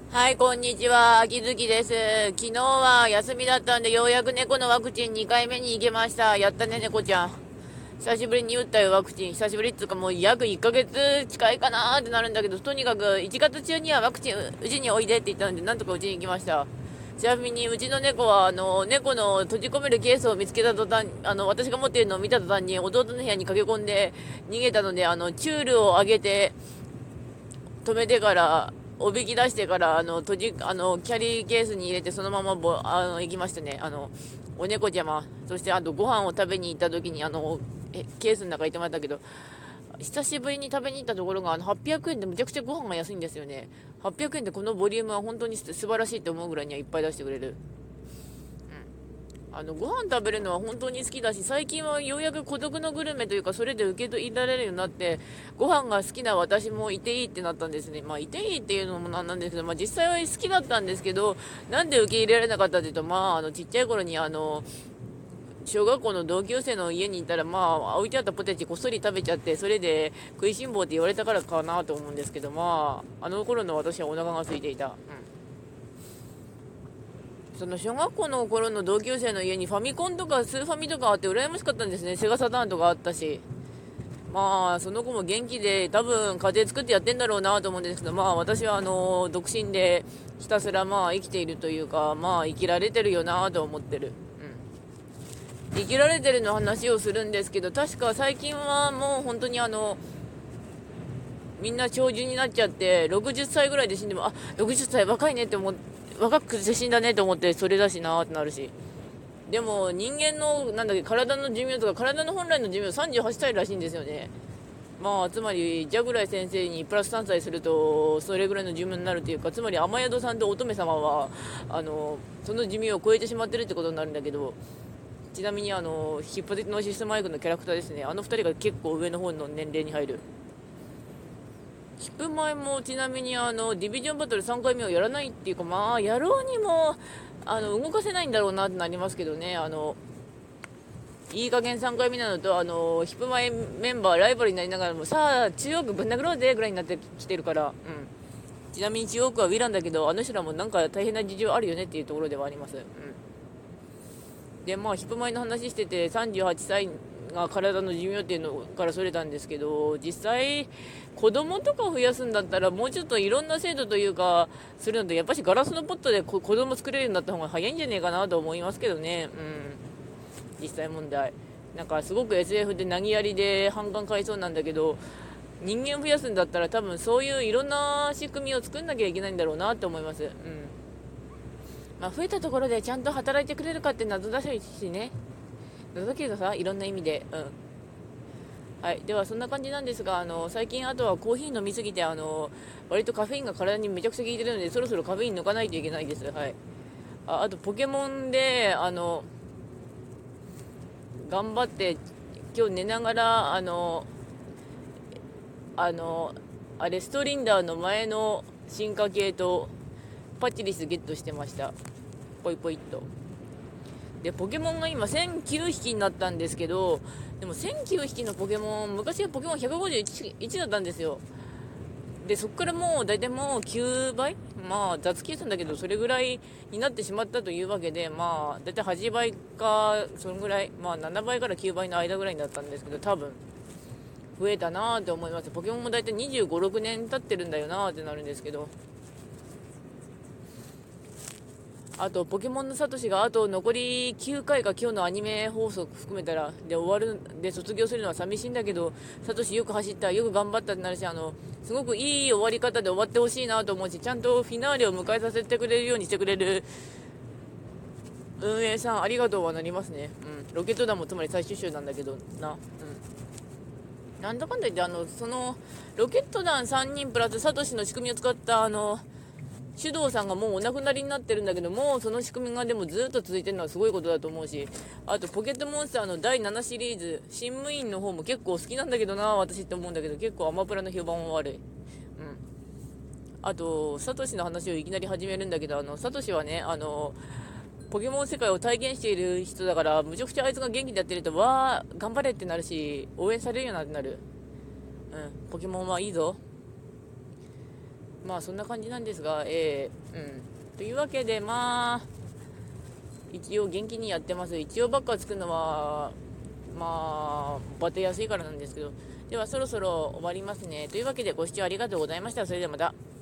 はい、こんにちは。秋月です。昨日は休みだったんで、ようやく猫のワクチン2回目に行けました。やったね、猫ちゃん。久しぶりに打ったよ、ワクチン。久しぶりっていうか、もう約1ヶ月近いかなーってなるんだけど、とにかく1月中にはワクチン、うちにおいでって言ったんで、なんとかうちに行きました。ちなみに、うちの猫は、猫の閉じ込めるケースを見つけた途端、私が持っているのを見た途端に、弟の部屋に駆け込んで逃げたので、チュールを上げて、止めてから、おびき出してから、キャリーケースに入れて、そのまま行きましたね。お猫ちゃま。そして、あと、ご飯を食べに行った時に、ケースの中に入ってもらったけど、久しぶりに食べに行ったところが、800円でむちゃくちゃご飯が安いんですよね。800円でこのボリュームは本当に素晴らしいと思うぐらいにはいっぱい出してくれる。ご飯食べるのは本当に好きだし、最近はようやく孤独のグルメというか、それで受け入れられるようになって、ご飯が好きな私もいていいってなったんですね。まあ、いていいっていうのもなんなんですけど、まあ、実際は好きだったんですけど、なんで受け入れられなかったっていうと、まあ、ちっちゃい頃に小学校の同級生の家にいたら、まあ、置いてあったポテチこっそり食べちゃって、それで食いしん坊って言われたからかなと思うんですけど、まあ、あの頃の私はお腹が空いていた。その小学校の頃の同級生の家にファミコンとかスーファミとかあって羨ましかったんですね。セガサターンとかあったし。まあ、その子も元気で多分家庭作ってやってんだろうなと思うんですけど、まあ私は独身でひたすらまあ生きているというか、まあ生きられてるよなと思ってる。生きられてるの話をするんですけど、確か最近はもう本当にみんな長寿になっちゃって、60歳ぐらいで死んでも、あ、60歳若いねって思って、若くて死んだねと思って、それだしなーってなるし。でも人間のなんだっけ体の寿命とか体の本来の寿命38歳らしいんですよね。まあつまりジャグライ先生にプラス3歳するとそれぐらいの寿命になるというか、つまり雨宿さんと乙女様はその寿命を超えてしまってるってことになるんだけど、ちなみにヒプノシスマイクのキャラクターですね、あの2人が結構上の方の年齢に入る。ヒップマイもちなみにディビジョンバトル3回目をやらないっていうか、まあやろうにも動かせないんだろうなってなりますけどね。いい加減3回目なのと、ヒップマイメンバーライバルになりながらも、さあ中央区ぶん殴ろうぜぐらいになってきてるから、ちなみに中央区はウィランだけど、あの人らもなんか大変な事情あるよねっていうところではあります。で、まあヒップマイの話してて、38歳が体の寿命っていうのからそれたんですけど、実際子供とか増やすんだったらもうちょっといろんな制度というかするので、やっぱしガラスのポットで子供作れるようになった方が早いんじゃねえかなと思いますけどね。実際問題、なんかすごく SF で投げやりで反感買いそうなんだけど、人間を増やすんだったら多分そういういろんな仕組みを作んなきゃいけないんだろうなって思います。まあ、増えたところでちゃんと働いてくれるかって謎だしね。謎だけどさ、いろんな意味で。はい、ではそんな感じなんですが、最近あとはコーヒー飲みすぎて、割とカフェインが体にめちゃくちゃ効いてるので、そろそろカフェイン抜かないといけないです。はい。あとポケモンで頑張って今日寝ながらあのあれストリンダーの前の進化系とパチリスゲットしてました。ポイポイっと。でポケモンが今1009匹になったんですけど、でも1009匹のポケモン、昔はポケモン151だったんですよ。でそこからもう大体もう9倍、まあ雑計算だけどそれぐらいになってしまったというわけで、まあ大体8倍かそのぐらい、まあ7倍から9倍の間ぐらいになったんですけど、多分増えたなーって思います。ポケモンも大体25、6年経ってるんだよなーってなるんですけど、あとポケモンのサトシがあと残り9回か、今日のアニメ放送含めたらで終わるで卒業するのは寂しいんだけど、サトシよく走った、よく頑張ったってなるし、すごくいい終わり方で終わってほしいなと思うし、ちゃんとフィナーレを迎えさせてくれるようにしてくれる運営さんありがとうはなりますね。ロケット団もつまり最終週なんだけどな。なんだかんだ言ってそのロケット団3人プラスサトシの仕組みを使った手動さんがもうお亡くなりになってるんだけども、その仕組みがでもずっと続いてるのはすごいことだと思うし、あとポケットモンスターの第7シリーズ新務員の方も結構好きなんだけどな私って思うんだけど、結構アマプラの評判も悪い。あとサトシの話をいきなり始めるんだけど、サトシはねポケモン世界を体験している人だから、むちゃくちゃあいつが元気でやってるとわー頑張れってなるし、応援されるようになる。ポケモンはいいぞ。 まあそんな感じなんですが、というわけで、一応元気にやってます。一応ばっか作るのはバテやすいからなんですけど、ではそろそろ終わりますね。というわけでご視聴ありがとうございました。それではまた。